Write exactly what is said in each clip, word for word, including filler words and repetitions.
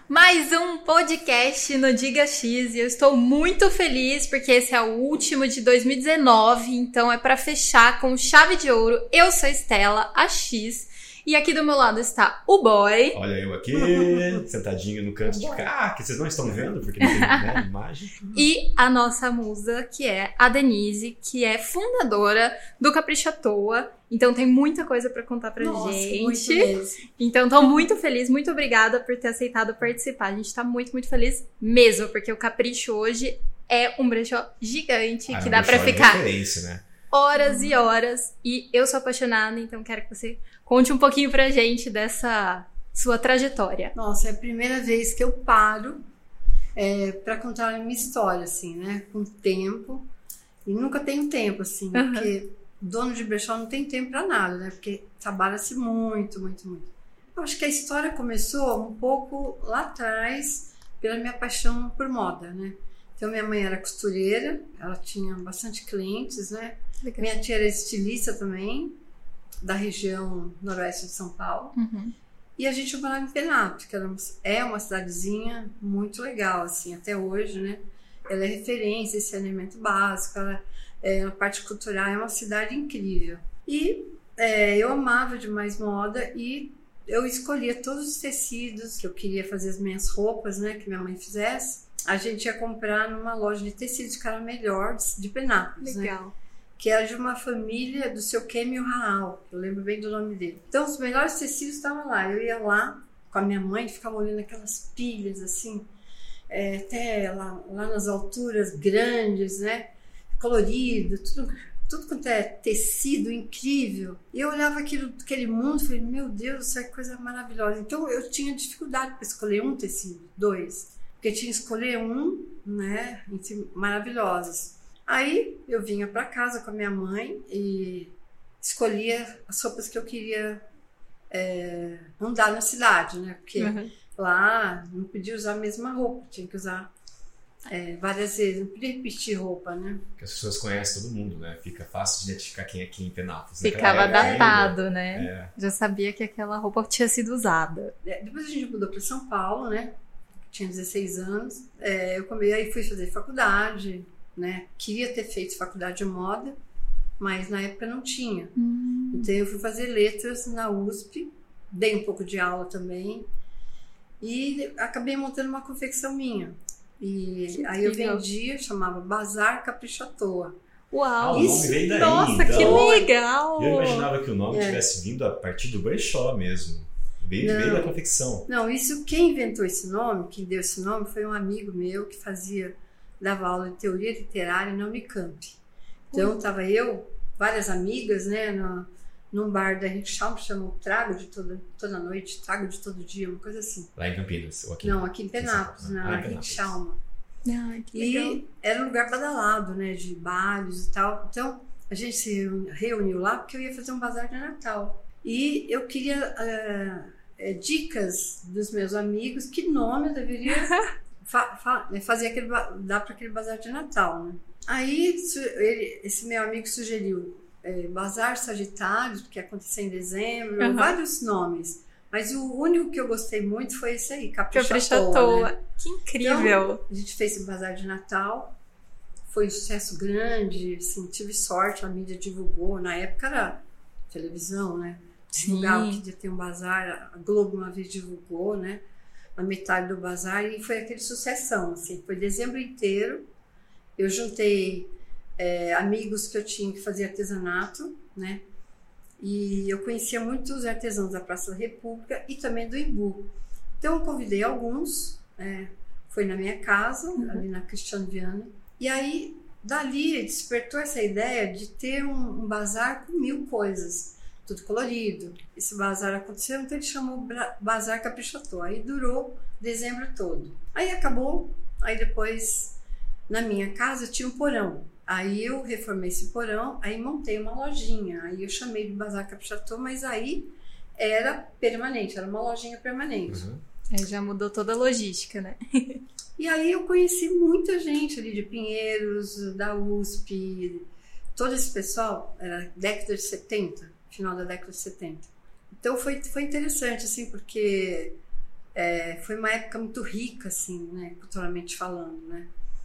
Mais um podcast no Diga X e eu estou muito feliz porque esse é o último de dois mil e dezenove, então é para fechar com chave de ouro. Eu sou Estela, a X, e aqui do meu lado está o boy. Olha eu aqui, sentadinho no canto de cá, que vocês não estão vendo porque não tem, né, imagem. E a nossa musa, que é a Denise, que é fundadora do Capricho à Toa. Então tem muita coisa pra contar pra Nossa, gente. muito mesmo. Então tô muito feliz, muito obrigada por ter aceitado participar. A gente tá muito, muito feliz mesmo, porque o Capricho hoje é um brechó gigante ah, que um dá pra de ficar referência, né? horas e horas. E eu sou apaixonada, então quero que você conte um pouquinho pra gente dessa sua trajetória. Nossa, é a primeira vez que eu paro é, pra contar a minha história, assim, né? Com tempo. E nunca tenho tempo, assim, Uhum. porque dono de brechó não tem tempo pra nada, né? Porque trabalha-se muito, muito, muito. Eu acho que a história começou um pouco lá atrás pela minha paixão por moda, né? Então, minha mãe era costureira, ela tinha bastante clientes, né? Legal. Minha tia era estilista também, da região noroeste de São Paulo. Uhum. E a gente morava em Penápolis, que era uma, é uma cidadezinha muito legal, assim, até hoje, né? Ela é referência em saneamento básico, ela, é, a parte cultural é uma cidade incrível. E é, eu amava demais moda e eu escolhia todos os tecidos que eu queria fazer as minhas roupas, né? Que minha mãe fizesse. A gente ia comprar numa loja de tecidos que era melhor, de Penápolis, Legal. né? Que era de uma família do seu Kêmio Raal, eu lembro bem do nome dele. Então, os melhores tecidos estavam lá. Eu ia lá com a minha mãe, ficava olhando aquelas pilhas, assim, é, até lá, lá nas alturas grandes, né? Colorido, tudo, tudo quanto é tecido incrível. E eu olhava aquilo, aquele mundo e falei, meu Deus, isso é coisa maravilhosa. Então, eu tinha dificuldade para escolher um tecido, dois. Porque tinha que escolher um, né? Maravilhosos. Aí eu vinha para casa com a minha mãe e escolhia as roupas que eu queria é, andar na cidade, né? Porque Uhum. lá não podia usar a mesma roupa, tinha que usar é, várias vezes, não podia repetir roupa, né? Porque as pessoas conhecem todo mundo, né? Fica fácil de identificar quem é quem em Penápolis. Ficava Naquela época datado, ainda. né? É. Já sabia que aquela roupa tinha sido usada. É, depois a gente mudou para São Paulo, né? Tinha dezesseis anos. É, eu comecei, aí fui fazer faculdade, né? Queria ter feito faculdade de moda, mas na época não tinha. Hum. Então eu fui fazer letras na U S P, dei um pouco de aula também e acabei montando uma confecção minha. E Que aí eu incrível. vendia, chamava Bazar Capricho à Toa. Uau! Ah, o nome veio daí, Nossa, então. que legal! Eu imaginava que o nome É. tivesse vindo a partir do brechó mesmo. Veio, Não. veio da confecção. Não, isso quem inventou esse nome, quem deu esse nome, foi um amigo meu que fazia, dava aula de teoria literária na Unicamp. Então estava eu, várias amigas, né, no, num bar da Henrique Schalma, chamou Trago de toda, toda noite, Trago de todo dia, uma coisa assim. Lá em Campinas. Ou aqui. Não, aqui em Penápolis, Ah, na em Henrique Penápolis. Schalma. Ai, que legal. E era um lugar badalado, né, de bares e tal. Então a gente se reuniu lá porque eu ia fazer um bazar de Natal. E eu queria uh, é, dicas dos meus amigos, que nome eu deveria fa fa fazer aquele, dar para aquele bazar de Natal, né? Aí ele, esse meu amigo sugeriu é, Bazar Sagitário, que ia acontecer em dezembro, Uhum. vários nomes. Mas o único que eu gostei muito foi esse aí, Capricho Capricho à à Toa, Toa. né? Que incrível! Então, a gente fez esse bazar de Natal, foi um sucesso grande, assim, tive sorte, a mídia divulgou, na época era televisão, né? Divulgava que ia ter um bazar, a Globo uma vez divulgou, né? A metade do bazar, e foi aquele sucessão, assim, foi dezembro inteiro. Eu juntei é, amigos que eu tinha que fazer artesanato, né? E eu conhecia muitos artesãos da Praça da República e também do Imbu. Então eu convidei alguns, é, foi na minha casa, uhum. ali na Cristiano Viana. E aí, dali, despertou essa ideia de ter um, um bazar com mil coisas, tudo colorido. Esse bazar aconteceu, então ele chamou Bazar Capricho à Toa. Aí durou dezembro todo. Aí acabou, aí depois, na minha casa, tinha um porão. Aí eu reformei esse porão, aí montei uma lojinha. Aí eu chamei de Bazar Capricho à Toa, mas aí era permanente, era uma lojinha permanente. Uhum. Aí já mudou toda a logística, né? E aí eu conheci muita gente ali de Pinheiros, da U S P, todo esse pessoal, era década de setenta, final da década de setenta. Então foi, foi interessante, assim, porque É, foi uma época muito rica, assim, né, culturalmente falando, né.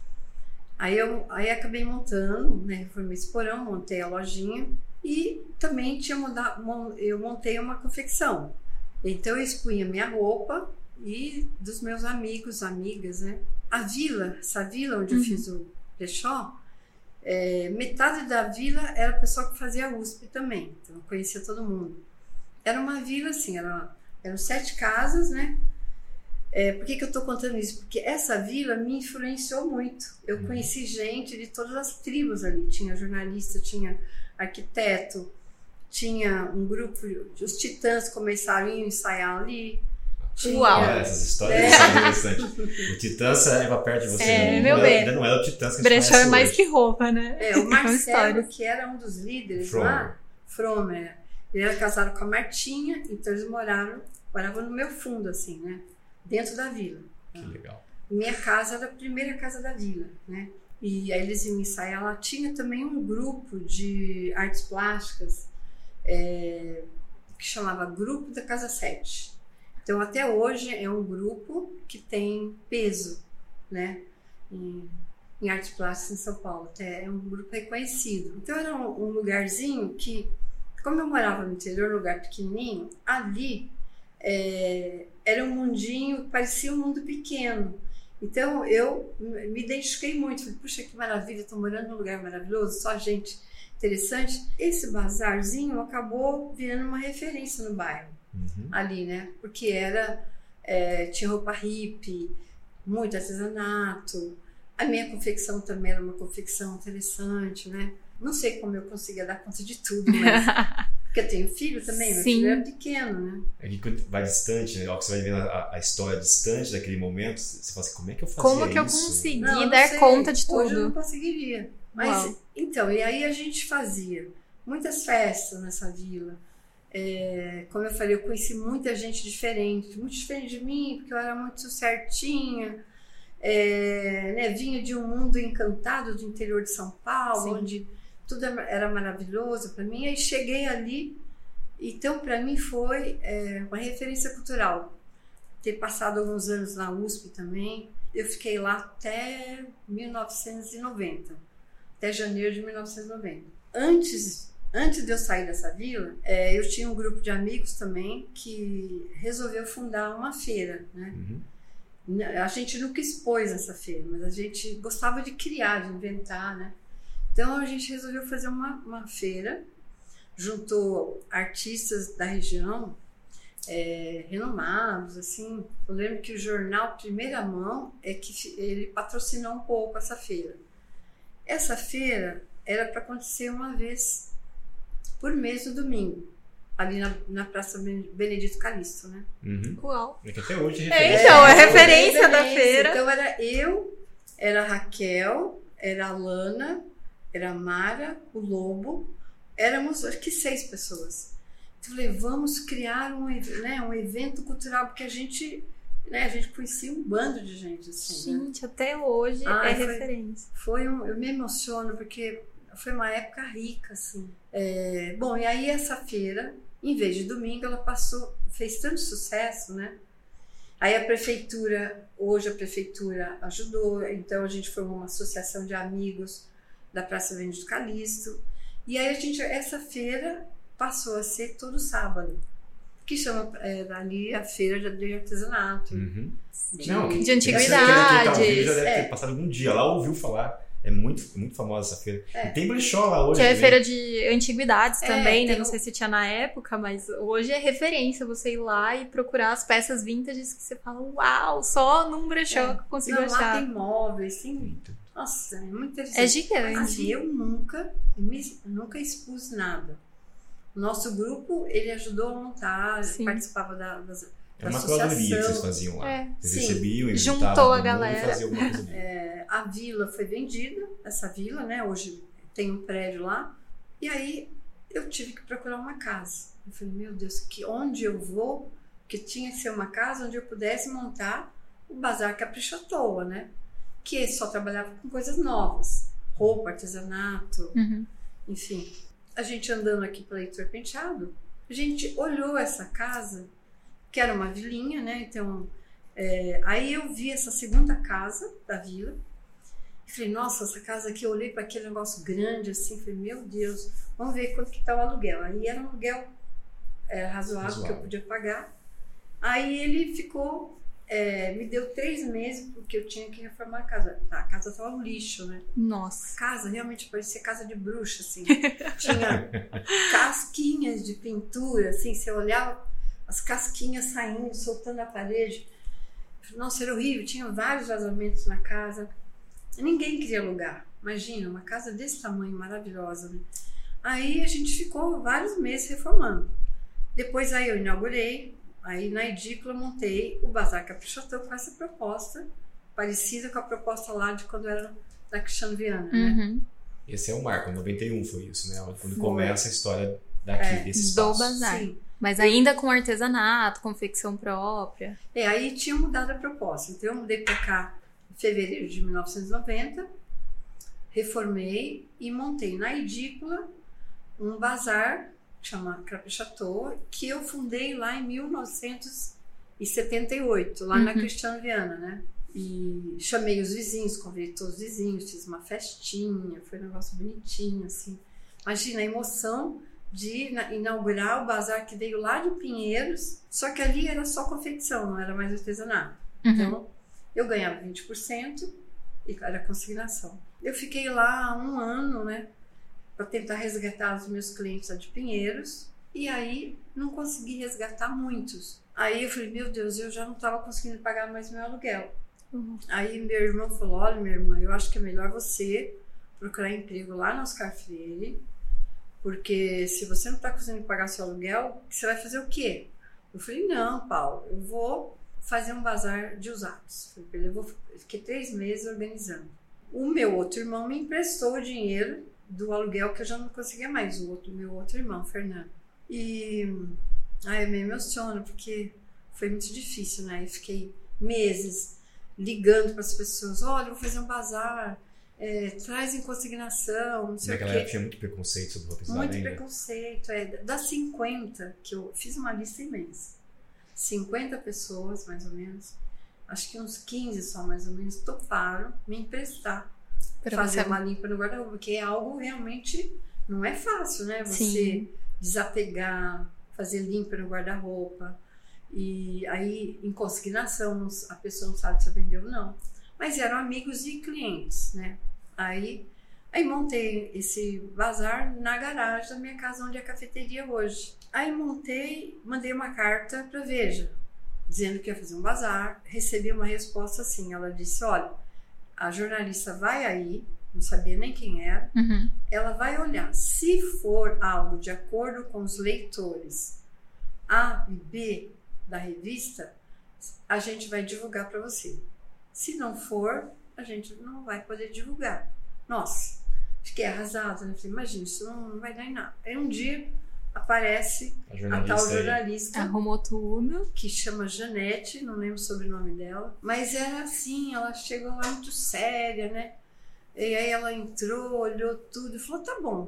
Aí eu aí acabei montando, né, reformei esse porão, montei a lojinha e também tinha mudado, eu montei uma confecção. Então eu expunha minha roupa e dos meus amigos, amigas, né. A vila, essa vila onde uhum. eu fiz o brechó, é, metade da vila era o pessoal que fazia a U S P também, então eu conhecia todo mundo. Era uma vila assim, era, eram sete casas, né. É, por que que eu estou contando isso? Porque essa vila me influenciou muito. Eu uhum. conheci gente de todas as tribos ali. Tinha jornalista, tinha arquiteto, tinha um grupo, os Titãs começaram a ensaiar ali. Tinha, Uau! Ah, essas histórias é. são interessantes. O Titãs era perto de você. É, não, meu não bem. Ainda não era o Titãs que Brechó é mais hoje. que roupa, né? É, o Marcelo, que era um dos líderes Fromer. lá, Fromer, ele era casado com a Martinha, então eles moraram, moravam no meu fundo, assim, né? Dentro da vila. Que legal. Minha casa era a primeira casa da vila, né? E aí eles iam ensaiar lá. Tinha também um grupo de artes plásticas é, que chamava Grupo da Casa sete. Então até hoje é um grupo que tem peso, né? Em, em artes plásticas em São Paulo. Até é um grupo reconhecido. Então era um, um lugarzinho que, como eu morava no interior, um lugar pequenininho, ali é, era um mundinho, parecia um mundo pequeno. Então eu me identifiquei muito. Falei, puxa, que maravilha, estou morando num lugar maravilhoso, só gente interessante. Esse bazarzinho acabou virando uma referência no bairro, uhum. ali, né? Porque era, é, tinha roupa hippie, muito artesanato. A minha confecção também era uma confecção interessante, né? Não sei como eu conseguia dar conta de tudo, mas... Porque eu tenho filho também, meu filho era pequeno, né? É que quando vai distante, né? Ó, que você vai vendo a, a história distante daquele momento, você fala assim, como é que eu fazia como que isso? eu consegui não, não dar sei. conta de tudo? Hoje eu não conseguiria. Mas, Uau. Então, e aí a gente fazia muitas festas nessa vila. É, como eu falei, eu conheci muita gente diferente, muito diferente de mim, porque eu era muito certinha. É, né, vinha de um mundo encantado do interior de São Paulo, Sim. onde tudo era maravilhoso para mim. Aí cheguei ali, então para mim foi é, uma referência cultural. Ter passado alguns anos na U S P também. Eu fiquei lá até mil novecentos e noventa, até janeiro de mil novecentos e noventa. Antes, antes de eu sair dessa vila, é, eu tinha um grupo de amigos também que resolveu fundar uma feira, né? Uhum. A gente nunca expôs essa feira, mas a gente gostava de criar, de inventar, né? Então a gente resolveu fazer uma, uma feira, juntou artistas da região, é, renomados, assim. Eu lembro que o jornal Primeira Mão é que ele patrocinou um pouco essa feira. Essa feira era para acontecer uma vez por mês no domingo, ali na, na Praça Benedito Calixto, né? Uhum. Uau! É que até hoje é referência. referência. É, então, é é referência, referência da feira. Então era eu, era a Raquel, era a Lana, era a Mara, o Lobo, éramos acho que seis pessoas. Então eu falei, vamos criar um, né, um evento cultural, porque a gente, né, a gente conhecia um bando de gente assim. Gente, né? Até hoje ah, é foi, referência. Foi um, eu me emociono porque foi uma época rica, assim. É, bom, e aí essa feira, em vez de domingo, ela passou, fez tanto sucesso, né? Aí a prefeitura, hoje a prefeitura ajudou, então a gente formou uma associação de amigos da Praça Benedito Calixto, e aí a gente, essa feira passou a ser todo sábado, que chama é, ali a feira de artesanato. Uhum. De, Não, de antiguidades. Quem já deve ter é. passado algum dia lá, ouviu falar. É muito, muito famosa essa feira. É. E tem brechó lá hoje. Que é também. Feira de antiguidades é, também, né? Não um... sei se tinha na época, mas hoje é referência você ir lá e procurar as peças vintages que você fala, uau, só num brechó é. que eu consigo Não, achar. Lá tem móveis, tem... Nossa, é muito interessante. É gigante. Assim, eu nunca, me, nunca expus nada. O nosso grupo, ele ajudou a montar, Sim. participava da, das É uma curadoria que vocês faziam lá. É. Vocês recebiam e juntou a galera. E faziam alguma coisa ali. É, a vila foi vendida, essa vila, né? Hoje tem um prédio lá. E aí eu tive que procurar uma casa. Eu falei, meu Deus, que, onde eu vou? Que tinha que ser uma casa onde eu pudesse montar o Bazar Capricho à Toa, né? Que só trabalhava com coisas novas. Roupa, artesanato, uhum. enfim. A gente andando aqui pelo Heitor Penteado, a gente olhou essa casa, que era uma vilinha, né? Então, é, aí eu vi essa segunda casa da vila. E falei, nossa, essa casa aqui, eu olhei para aquele negócio grande assim, falei, meu Deus, vamos ver quanto que tá o aluguel. Aí era um aluguel é, razoável, razoável que eu podia pagar. Aí ele ficou, é, me deu três meses porque eu tinha que reformar a casa. Tá, a casa tava um lixo, né? Nossa. A casa realmente parecia casa de bruxa, assim. Tinha casquinhas de pintura, assim, você olhava as casquinhas saindo, soltando a parede. Nossa, era horrível, tinha vários vazamentos na casa. Ninguém queria alugar. Imagina, uma casa desse tamanho, maravilhosa, né? Aí a gente ficou vários meses reformando. Depois aí eu inaugurei, aí na edícula montei o Bazar Caprichotou com essa proposta, parecida com a proposta lá de quando era da Cristiano Viana, uhum. né? Esse é o marco, noventa e um foi isso, né? Quando foi. Começa a história daqui, é, desse espaço. Do Bazar. Sim. Mas ainda com artesanato, confecção própria. É, aí tinha mudado a proposta. Então eu mudei para cá em fevereiro de mil novecentos e noventa, reformei e montei na edícula um bazar que chama Caprichotou, que eu fundei lá em mil novecentos e setenta e oito, lá uhum. na Cristiano Viana, né? E chamei os vizinhos, convidei todos os vizinhos, fiz uma festinha, foi um negócio bonitinho, assim. Imagina a emoção de inaugurar o bazar que veio lá de Pinheiros, só que ali era só confecção, não era mais artesanato. Uhum. Então, eu ganhava vinte por cento e era consignação. Eu fiquei lá um ano, né, para tentar resgatar os meus clientes lá de Pinheiros, e aí não consegui resgatar muitos. Aí eu falei, meu Deus, eu já não estava conseguindo pagar mais meu aluguel. Uhum. Aí meu irmão falou, olha, minha irmã, eu acho que é melhor você procurar emprego lá no Oscar Freire, porque se você não está conseguindo pagar seu aluguel, você vai fazer o quê? Eu falei, não, Paulo, eu vou fazer um bazar de usados. Eu vou, fiquei três meses organizando. O meu outro irmão me emprestou o dinheiro do aluguel que eu já não conseguia mais, o outro, meu outro irmão, Fernando. E aí eu me emociono, porque foi muito difícil, né? Eu fiquei meses ligando para as pessoas, olha, eu vou fazer um bazar, é, traz em consignação, não sei Naquela o quê. época tinha muito preconceito sobre roupa usada. Muito ainda. preconceito, é. Das cinquenta, que eu fiz uma lista imensa, cinquenta pessoas, mais ou menos, acho que uns quinze só, mais ou menos, toparam me emprestar para fazer você... uma limpa no guarda-roupa, porque é algo realmente, não é fácil, né? Você Sim. desapegar, fazer limpa no guarda-roupa, e aí em consignação, a pessoa não sabe se vendeu ou não. Mas eram amigos e clientes, né? Aí, aí montei esse bazar na garagem da minha casa, onde é a cafeteria hoje. Aí montei, mandei uma carta para Veja, dizendo que ia fazer um bazar. Recebi uma resposta assim, ela disse, olha, a jornalista vai aí, não sabia nem quem era, uhum. ela vai olhar, se for algo de acordo com os leitores A e B da revista, a gente vai divulgar para você. Se não for, a gente não vai poder divulgar. Nossa, fiquei arrasada, né? Falei, imagina, isso não, não vai dar em nada. Aí um dia aparece a, a tal jornalista. Arrumou tudo. Que chama Janete, não lembro o sobrenome dela. Mas era assim, ela chegou lá muito séria, né? E aí ela entrou, olhou tudo e falou, tá bom,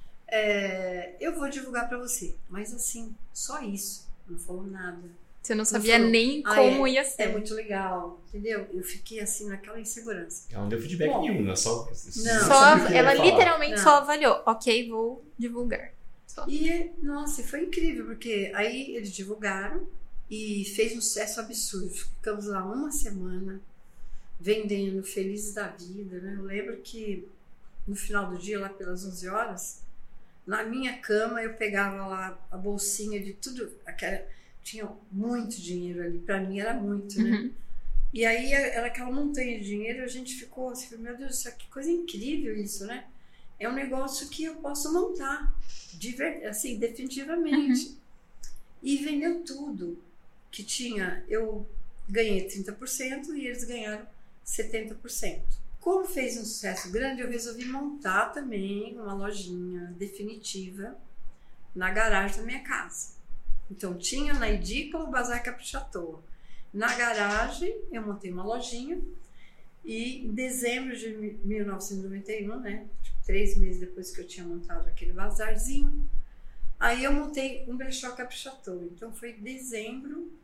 é, eu vou divulgar pra você. Mas assim, só isso, não falou nada. Você não sabia não nem ah, como é, ia ser. É muito legal, entendeu? Eu fiquei assim naquela insegurança. Ela não deu feedback Bom, nenhum, né? Só, não. Só, ela literalmente não. só avaliou. Ok, vou divulgar. Só. E, nossa, foi incrível, porque aí eles divulgaram e fez um sucesso absurdo. Ficamos lá uma semana vendendo, felizes da vida, né? Eu lembro que no final do dia, lá pelas onze horas, na minha cama eu pegava lá a bolsinha de tudo, aquela... tinha muito dinheiro ali, pra mim era muito, né? Uhum. E aí era aquela montanha de dinheiro, a gente ficou assim, meu Deus do céu, que coisa incrível isso, né? É um negócio que eu posso montar, assim, definitivamente. Uhum. E vendeu tudo que tinha, eu ganhei trinta por cento e eles ganharam setenta por cento. Como fez um sucesso grande, eu resolvi montar também uma lojinha definitiva na garagem da minha casa. Então, tinha na edícula o Bazar Caprichotou. Na garagem, eu montei uma lojinha e em dezembro de mil novecentos e noventa e um, né, tipo, três meses depois que eu tinha montado aquele bazarzinho, aí eu montei um brechó Caprichotou. Então, foi dezembro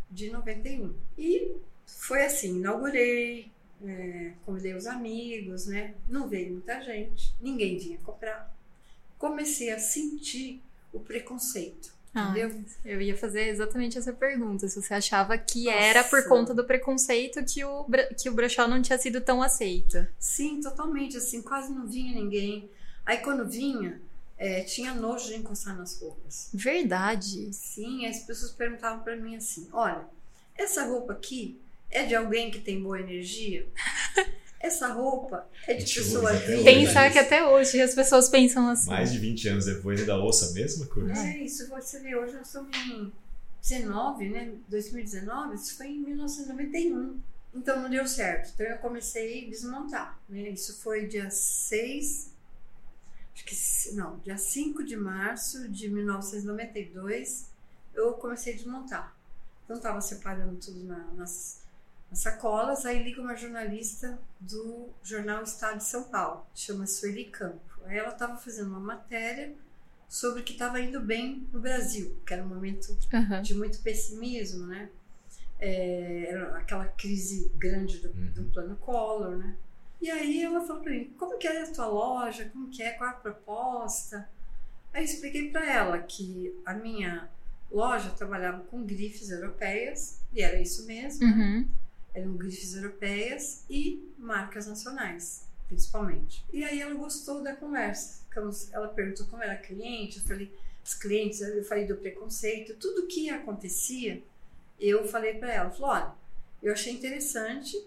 de noventa e um. E foi assim, inaugurei, é, convidei os amigos, né? Não veio muita gente, ninguém vinha comprar. Comecei a sentir o preconceito, Ah, entendeu? eu ia fazer exatamente essa pergunta. Se você achava que Nossa. era por conta do preconceito que o, bra- que o brechó não tinha sido tão aceito. Sim, totalmente, assim, quase não vinha ninguém. Aí quando vinha, é, tinha nojo de encostar nas roupas. Verdade. Sim, as pessoas perguntavam pra mim assim, olha, essa roupa aqui é de alguém que tem boa energia? Essa roupa é de Gente, pessoa hoje, até viva? hoje. Pensar que até hoje as pessoas pensam assim. Mais de vinte anos depois ainda ouça a mesma coisa. É, isso você vê, hoje nós estamos em dezenove, né? dois mil e dezenove, isso foi em mil novecentos e noventa e um. Então não deu certo. Então eu comecei a desmontar, né? Isso foi dia seis, acho que não, dia cinco de março de mil novecentos e noventa e dois, eu comecei a desmontar. Então estava separando tudo na, nas, nas sacolas, aí liga uma jornalista do jornal Estado de São Paulo, chama Sueli Campo. Aí ela estava fazendo uma matéria sobre o que estava indo bem no Brasil, que era um momento Aham. de muito pessimismo, né? É, era aquela crise grande do, do Uhum. plano Collor, né? E aí ela falou para mim, como que é a tua loja, como que é, qual é a proposta? Aí eu expliquei para ela que a minha loja trabalhava com grifes europeias, e era isso mesmo, né? Uhum. Eram grifes europeias e marcas nacionais, principalmente. E aí ela gostou da conversa. Ficamos- Ela perguntou como era cliente, eu falei, os clientes, eu falei do preconceito, tudo que acontecia, eu falei para ela, falou, olha, eu achei interessante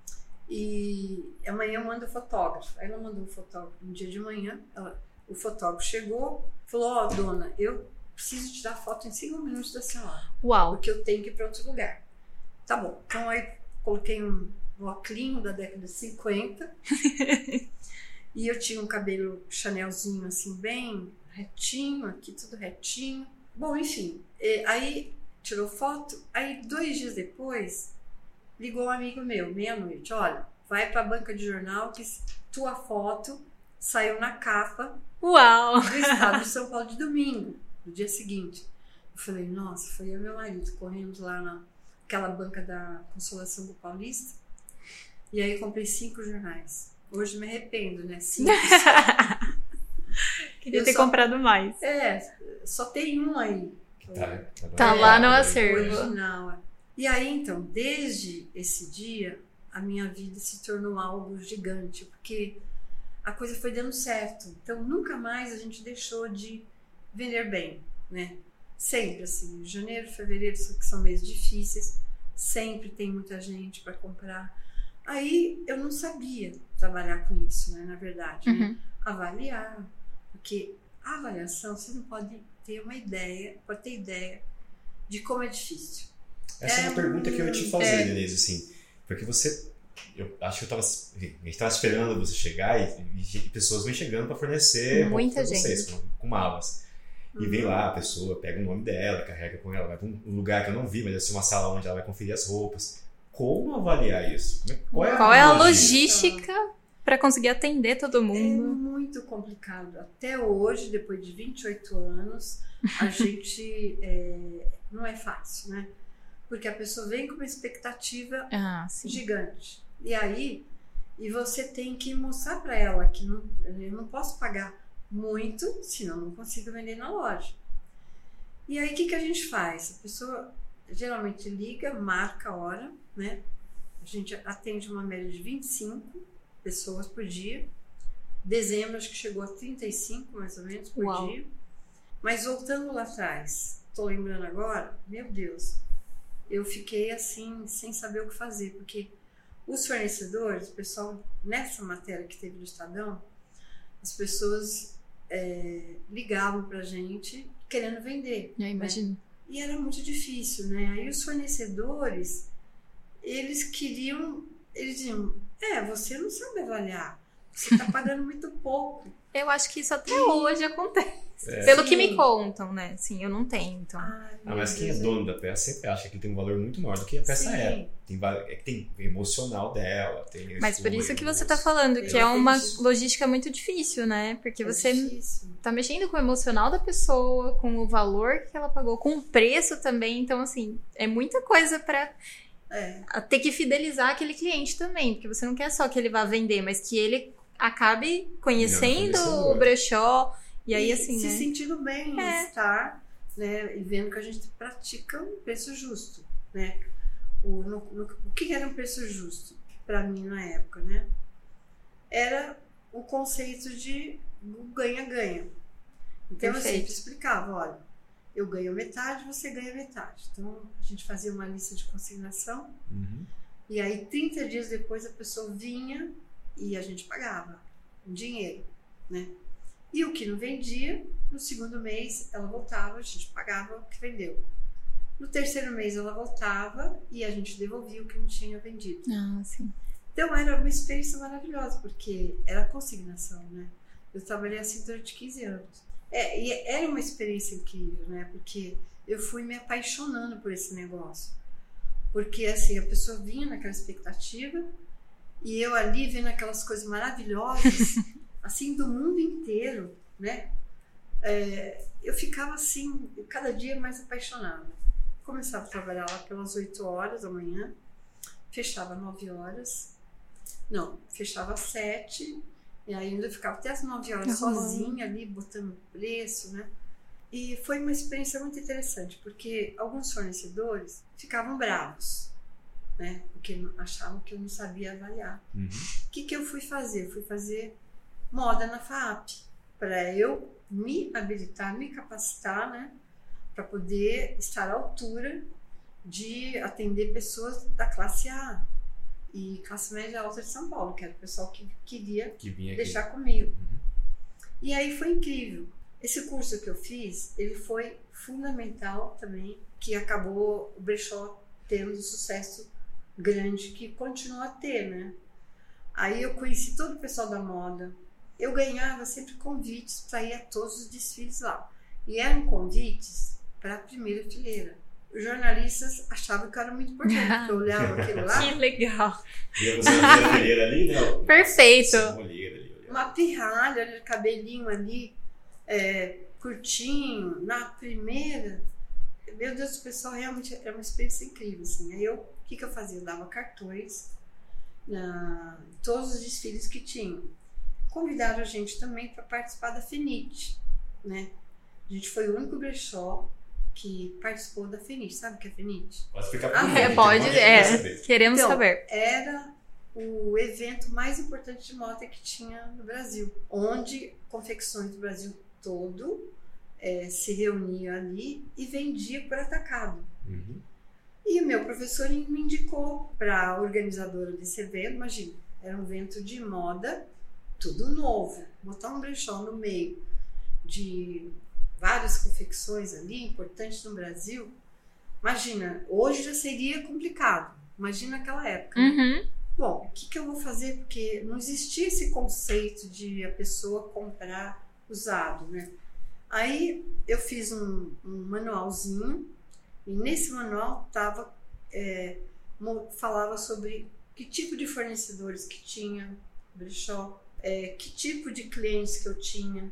e amanhã eu mando o fotógrafo. Aí ela mandou o fotógrafo no dia de manhã, ela- o fotógrafo chegou, falou, ó, dona, eu preciso tirar foto em cinco minutos da senhora, Uau. porque eu tenho que ir para outro lugar. Tá bom, então aí coloquei um óculos da década de cinquenta e eu tinha um cabelo chanelzinho assim, bem retinho, aqui tudo retinho. Bom, enfim, eh, aí tirou foto, aí dois dias depois ligou um amigo meu, meia-noite, olha, vai pra banca de jornal que tua foto saiu na capa Uau. do Estado de São Paulo de domingo, no dia seguinte. Eu falei, nossa, foi eu e meu marido correndo lá naquela banca da Consolação do Paulista, e aí comprei cinco jornais. Hoje me arrependo, né? Cinco. Queria Eu ter só- comprado mais. É, só tem um aí. que eu- Tá, Tá É, lá no tá, acervo. original. é. E aí, então, desde esse dia, a minha vida se tornou algo gigante, porque a coisa foi dando certo. Então, nunca mais a gente deixou de vender bem, né? Sempre, assim, janeiro, fevereiro, que são meses difíceis, sempre tem muita gente para comprar. Aí, eu não sabia trabalhar com isso, né? Na verdade, né? Uhum. Avaliar, porque a avaliação, você não pode ter uma ideia, pode ter ideia de como é difícil. Essa é uma É, pergunta que eu ia te fazer, é. Denise, assim, porque você, eu acho que eu tava, a gente estava esperando você chegar e, e pessoas vão chegando para fornecer Muita roupa pra vocês, gente. com, com malas. E Uhum. vem lá a pessoa, pega o nome dela, carrega com ela, vai para um lugar que eu não vi, mas deve ser uma sala onde ela vai conferir as roupas. Como avaliar isso? Como é- Qual é a, Qual é a logística? logística pra conseguir atender todo É mundo? muito complicado. Até hoje, depois de vinte e oito anos, a gente é, não é fácil, né? Porque a pessoa vem com uma expectativa Ah, sim. gigante. E aí, e você tem que mostrar para ela que não, eu não posso pagar muito, senão eu não consigo vender na loja. E aí, o que, que a gente faz? A pessoa geralmente liga, marca a hora, né? A gente atende uma média de vinte e cinco pessoas por dia. Dezembro, acho que chegou a trinta e cinco, mais ou menos, por Uau. dia. Mas voltando lá atrás, tô lembrando agora, meu Deus, eu fiquei assim, sem saber o que fazer, porque os fornecedores, o pessoal, nessa matéria que teve no Estadão, as pessoas é, ligavam pra gente querendo vender. Eu imagino. E era muito difícil, né? Aí os fornecedores, eles queriam, eles diziam, é, você não sabe avaliar, Você tá pagando muito pouco. Eu acho que isso até hoje acontece. É. Pelo Sim. que me contam, né? Sim, eu não tenho, então. Ai, Ah, mas meu quem é Deus, dono da peça sempre acha que tem um valor muito maior do que a peça Sim. é. Tem, va- é que tem emocional dela, tem Mas por isso que você tá escolhas. falando, que Eu é uma acredito. logística muito difícil, né? Porque é você difícil. tá mexendo com o emocional da pessoa, com o valor que ela pagou, com o preço também. Então, assim, é muita coisa pra É. ter que fidelizar aquele cliente também. Porque você não quer só que ele vá vender, mas que ele acabe conhecendo fornecedor. o brechó. E aí, assim, se né? sentindo bem em É. estar, né, e vendo que a gente pratica um preço justo, né? O, no, no, o que era um preço justo para mim na época, né? Era o conceito de ganha-ganha. Então eu Perfeito. sempre explicava, olha, eu ganho metade, você ganha metade. Então a gente fazia uma lista de consignação Uhum. e aí trinta dias depois a pessoa vinha e a gente pagava em dinheiro, né? E o que não vendia, no segundo mês ela voltava, a gente pagava o que vendeu. No terceiro mês ela voltava e a gente devolvia o que não tinha vendido. Ah, sim. Então era uma experiência maravilhosa, porque era consignação, né? Eu trabalhei assim durante quinze anos. É, e era uma experiência incrível, né? Porque eu fui me apaixonando por esse negócio. Porque assim, a pessoa vinha naquela expectativa e eu ali vendo aquelas coisas maravilhosas, assim, do mundo inteiro, né? É, eu ficava assim, cada dia mais apaixonada. Começava a trabalhar lá pelas oito horas da manhã, fechava nove horas, não, fechava às sete, e ainda ficava até às nove horas Arrumando. sozinha ali, botando preço, né? E foi uma experiência muito interessante, porque alguns fornecedores ficavam bravos, né? Porque achavam que eu não sabia avaliar. Uhum. O que, que eu fui fazer? Eu fui fazer moda na F A A P, para eu me habilitar, me capacitar, né? Para poder estar à altura de atender pessoas da classe A e classe média alta de São Paulo, que era o pessoal que queria Que vinha aqui. deixar comigo. Uhum. E aí foi incrível. Esse curso que eu fiz, ele foi fundamental também, que acabou o brechó tendo um sucesso grande que continua a ter, né? Aí eu conheci todo o pessoal da moda. Eu ganhava sempre convites para ir a todos os desfiles lá. E eram convites para a primeira fileira. Os jornalistas achavam que era muito importante, porque eu olhava aquilo lá, Que legal. Via você na minha fileira ali, né? Perfeito. Nossa, olheira ali, olheira. uma pirralha, olha, cabelinho ali, é, curtinho, na primeira. Meu Deus, o pessoal realmente é uma experiência incrível, assim. Aí eu, o que que eu fazia? Eu dava cartões na todos os desfiles que tinham. Convidaram a gente também para participar da FENIT, né? A gente foi o único brechó que participou da FENIT. Sabe o que é FENIT? Pode explicar Ah, por É, quê? pode, Porque é. quer saber. Queremos Então, saber. Era o evento mais importante de moda que tinha no Brasil, onde confecções do Brasil todo é, se reuniam ali e vendia por atacado. Uhum. E o meu professor me indicou para a organizadora desse evento. Imagina, era um evento de moda, tudo novo. Botar um brechó no meio de várias confecções ali, importantes no Brasil. Imagina, hoje já seria complicado. Imagina aquela época. né? Uhum. Bom, o que, que eu vou fazer? Porque não existia esse conceito de a pessoa comprar usado, né? Aí eu fiz um, um manualzinho e nesse manual tava, é, mo- falava sobre que tipo de fornecedores que tinha brechó, é, que tipo de clientes que eu tinha,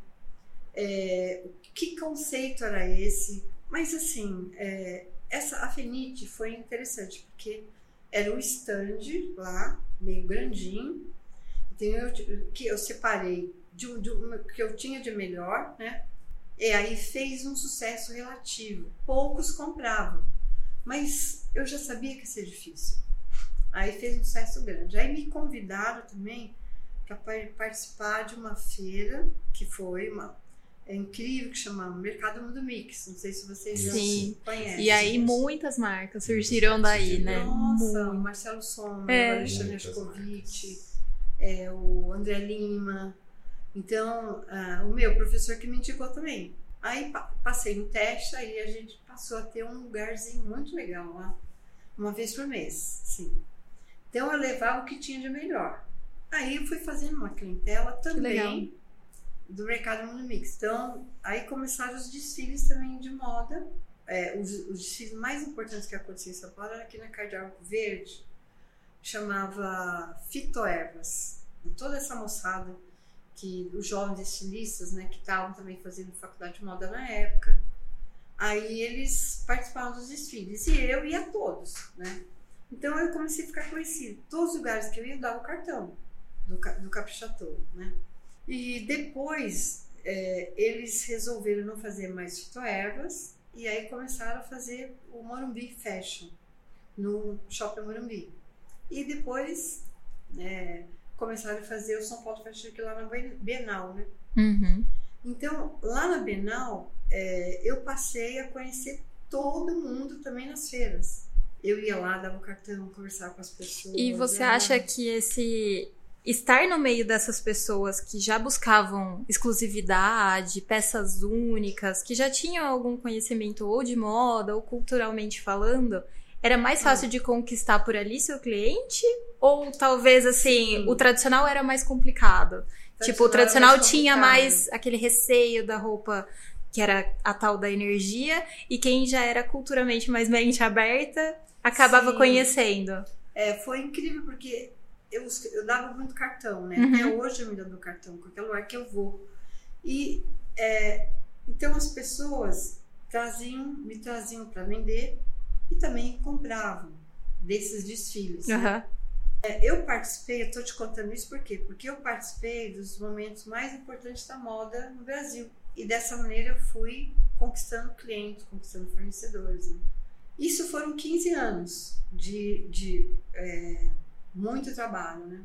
é, que conceito era esse. Mas assim, é, essa a FENIT foi interessante porque era um stand lá, meio grandinho. Então eu, que eu separei de, um- de uma que eu tinha de melhor, né? E aí fez um sucesso relativo. Poucos compravam, mas eu já sabia que ia ser difícil. Aí fez um sucesso grande. Aí me convidaram também para participar de uma feira que foi uma é incrível, que chama Mercado Mundo Mix. Não sei se vocês já Sim. conhecem. E aí muitas marcas surgiram daí, né? Nossa, o Muito. Marcelo Sommer, É. o Alexandre Muitas Escovitch, marcas. é, o André Lima. Então, ah, o meu professor que me indicou também. Aí pa- passei no teste, aí a gente passou a ter um lugarzinho muito legal lá, uma vez por mês, sim. Então eu levava o que tinha de melhor. Aí eu fui fazendo uma clientela também legal. do mercado Mundo Mix. Então, aí começaram os desfiles também de moda. É, os, os desfiles mais importantes que aconteciam em São Paulo era aqui na Cardeal Verde, chamava Fitoervas. E toda essa moçada, que os jovens estilistas, né, que estavam também fazendo faculdade de moda na época, aí eles participavam dos desfiles. E eu ia a todos, né? Então eu comecei a ficar conhecida. Todos os lugares que eu ia, eu dava o cartão do, do Caprichatou, né? E depois é, eles resolveram não fazer mais Fitoervas e aí começaram a fazer o Morumbi Fashion no Shopping Morumbi. E depois é, começaram a fazer o São Paulo Fashion Week lá na Bienal, né? Uhum. Então, lá na Bienal, é, eu passei a conhecer todo mundo também nas feiras. Eu ia lá, dava o cartão, conversava com as pessoas. E você era... acha que esse estar no meio dessas pessoas que já buscavam exclusividade, peças únicas, que já tinham algum conhecimento ou de moda ou culturalmente falando, era mais fácil hum. de conquistar por ali seu cliente? Ou talvez, assim, Sim. o tradicional era mais complicado? Tradicional tipo, o tradicional mais tinha mais aquele receio da roupa que era a tal da energia, e quem já era culturalmente mais mente aberta acabava Sim. conhecendo. É, foi incrível porque eu, eu dava muito cartão, né? Uhum. Até hoje eu me dou cartão, qualquer lugar que eu vou. E é, então as pessoas traziam, me traziam para vender e também compravam desses desfiles. Uhum. Né? É, eu participei, eu tô te contando isso por quê? Porque eu participei dos momentos mais importantes da moda no Brasil. E dessa maneira eu fui conquistando clientes, conquistando fornecedores. Né? Isso foram quinze anos de, de é, muito trabalho, né?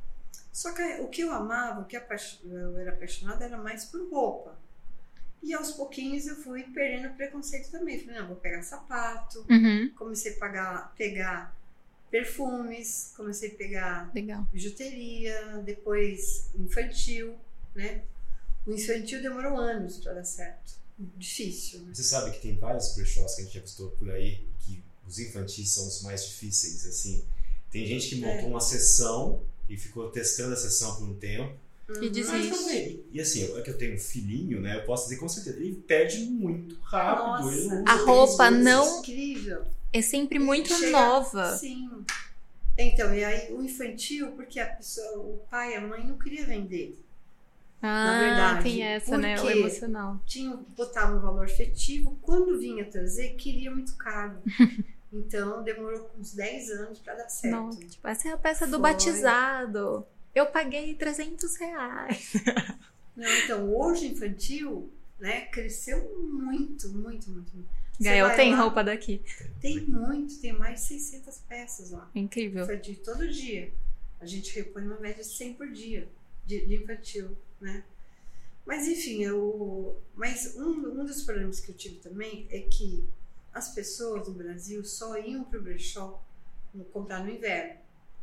Só que o que eu amava, o que eu era apaixonada era mais por roupa. E aos pouquinhos eu fui perdendo o preconceito também. Falei, não, vou pegar sapato. Uhum. Comecei a pagar, pegar perfumes, comecei a pegar Legal. bijuteria, depois infantil, né? O infantil demorou anos para dar certo. Difícil. Né? Você sabe que tem vários brechós que a gente já visitou por aí, que os infantis são os mais difíceis, assim. Tem gente que montou é. uma sessão e ficou testando a sessão por um tempo. E desiste. E assim, é que eu tenho um filhinho, né? Eu posso dizer com certeza, ele perde muito rápido. Nossa, ele a roupa não... Incrível. É sempre muito chega... nova. Sim. Então, e aí o infantil, porque a pessoa, o pai e a mãe não queriam vender. Ah, na verdade, tem essa, né? O emocional. Tinha, botava um valor efetivo, quando vinha trazer, queria muito caro. Então, demorou uns dez anos para dar certo. Não, tipo, essa é a peça do Foi. batizado. Eu paguei trezentos reais. Não, então, hoje infantil, né, cresceu muito, muito, muito. muito. Gael tem lá, roupa daqui. Tem muito, tem mais de seiscentas peças lá. Incrível. Infantil, todo dia. A gente repõe uma média de cem por dia de, de infantil, né? Mas enfim, eu, mas um, um dos problemas que eu tive também é que as pessoas no Brasil só iam para o brechó comprar no inverno.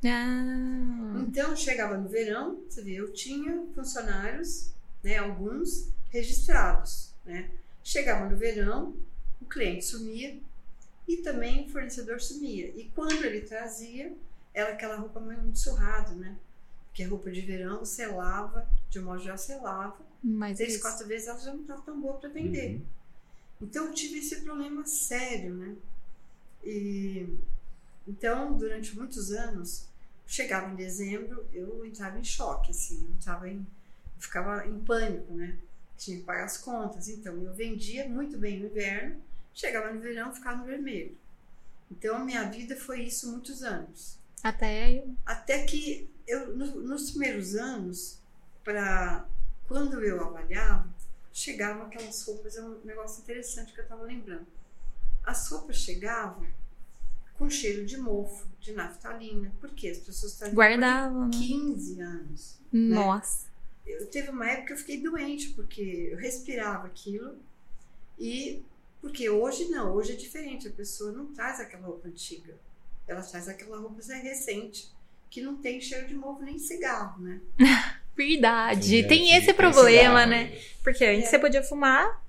Ah. Então chegava no verão, você vê, eu tinha funcionários, né, alguns registrados, né? Chegava no verão, o cliente sumia e também o fornecedor sumia. E quando ele trazia, era aquela roupa muito surrada, né? Porque a roupa de verão você lava, de um modo geral você lava, Mas três, isso. quatro vezes ela já não está tão boa para vender. Uhum. Então eu tive esse problema sério, né? E então durante muitos anos, chegava em dezembro, eu entrava em choque, assim, eu, entrava em, eu ficava em pânico, né? Tinha que pagar as contas, então eu vendia muito bem no inverno, chegava no verão, ficava no vermelho. Então a minha vida foi isso muitos anos. Até Até que eu, no, nos primeiros anos, para quando eu avaliava, chegavam aquelas roupas, é um negócio interessante que eu estava lembrando. As roupas chegavam com cheiro de mofo, de naftalina, porque as pessoas estavam guardavam quinze anos. Nossa. Né? Eu, teve uma época que eu fiquei doente, porque eu respirava aquilo, e porque hoje não, hoje é diferente, a pessoa não traz aquela roupa antiga, ela traz aquela roupa recente, que não tem cheiro de mofo nem cigarro, né? Verdade, Sim, tem é, esse tem problema, cigarro, né? Porque antes é. você podia fumar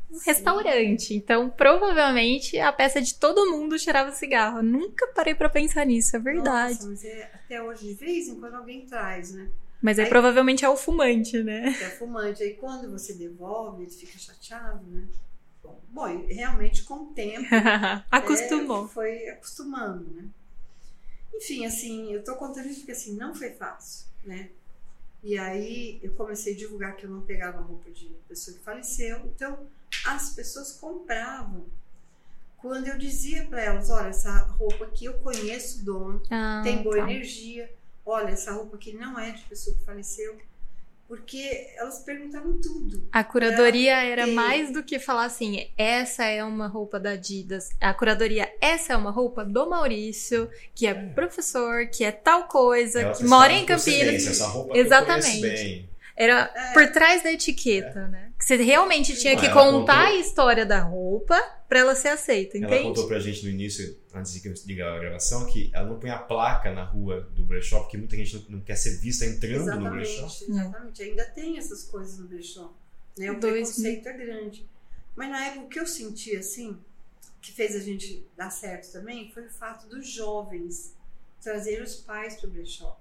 um restaurante. Então, provavelmente, a peça de todo mundo cheirava cigarro. Eu nunca parei pra pensar nisso, é verdade. Nossa, mas é, até hoje, de vez em quando, alguém traz, né? Mas aí, aí provavelmente é o fumante, né? É fumante. Aí quando você devolve, ele fica chateado, né? Bom, bom realmente com o tempo... Acostumou. É, foi acostumando, né? Enfim, assim, eu tô contando isso porque, assim, não foi fácil, né? E aí eu comecei a divulgar que eu não pegava roupa de pessoa que faleceu. Então, as pessoas compravam. Quando eu dizia para elas, olha, essa roupa aqui eu conheço o dono, ah, tem boa tá. energia. Olha, essa roupa aqui não é de pessoa que faleceu. Porque elas perguntavam tudo. A curadoria era ter... mais do que falar assim, essa é uma roupa da Adidas. A curadoria, essa é uma roupa do Maurício, que é professor, que é tal coisa, ela que mora em Campinas. Essa roupa exatamente. Que eu bem. Era é. por trás da etiqueta, é. né? Que você realmente tinha Não, que contar contou... a história da roupa pra ela ser aceita, entende? Ela contou pra gente no início, antes de ligar a gravação, que ela não põe a placa na rua do brechó, porque muita gente não, não quer ser vista entrando exatamente, no brechó. Exatamente, ainda tem essas coisas no brechó. Né? O Dois preconceito mil. é grande. Mas na época o que eu senti, assim, que fez a gente dar certo também, foi o fato dos jovens trazer os pais pro brechó.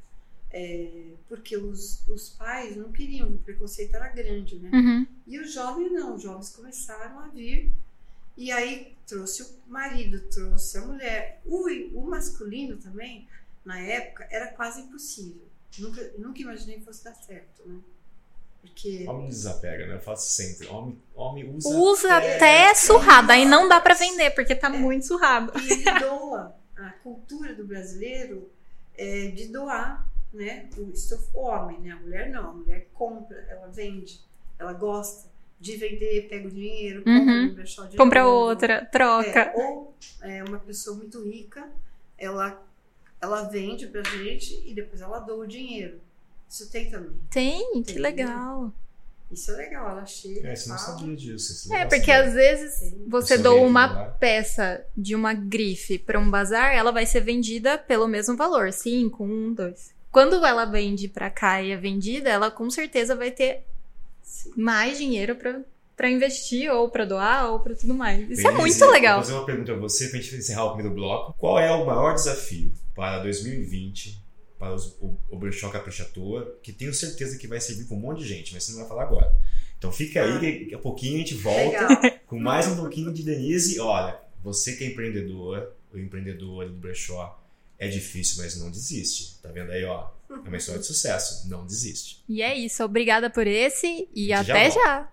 É, porque os, os pais não queriam, o preconceito era grande, né? Uhum. E os jovens não, os jovens começaram a vir, e aí trouxe o marido, trouxe a mulher. O, o masculino também, na época, era quase impossível. Nunca, nunca imaginei que fosse dar certo, né? Porque... Homem desapega, né? Eu faço sempre. Homem, homem usa... Usa até, até surrado, aí não dá pra vender, porque tá é, muito surrado. E ele doa. A cultura do brasileiro é de doar, né? O homem, né? A mulher não, a mulher compra, ela vende, ela gosta de vender, pega o dinheiro, compra uhum. no brechó de compra novo, outra, troca. É, ou é, uma pessoa muito rica, ela, ela vende pra gente e depois ela doa o dinheiro. Isso tem também. Tem, tem que legal. Né? Isso é legal, ela chega. É, você não sabia disso. É, porque às vezes você doa uma peça de uma grife para um bazar, ela vai ser vendida pelo mesmo valor, cinco, um, dois. Quando ela vende pra cá e é vendida, ela com certeza vai ter mais dinheiro pra, pra investir, ou pra doar, ou pra tudo mais. Isso Beleza, é muito legal. Vou fazer uma pergunta a você pra gente encerrar o primeiro bloco. Qual é o maior desafio para dois mil e vinte, para os, o, o brechó Capricha à Toa, que tenho certeza que vai servir pra um monte de gente, mas você não vai falar agora. Então fica aí, que daqui a pouquinho a gente volta legal. Com mais um pouquinho de Denise. Olha, você que é empreendedor, o empreendedor do brechó, é difícil, mas não desiste. Tá vendo aí, ó? É uma história de sucesso. Não desiste. E é isso. Obrigada por esse e até já.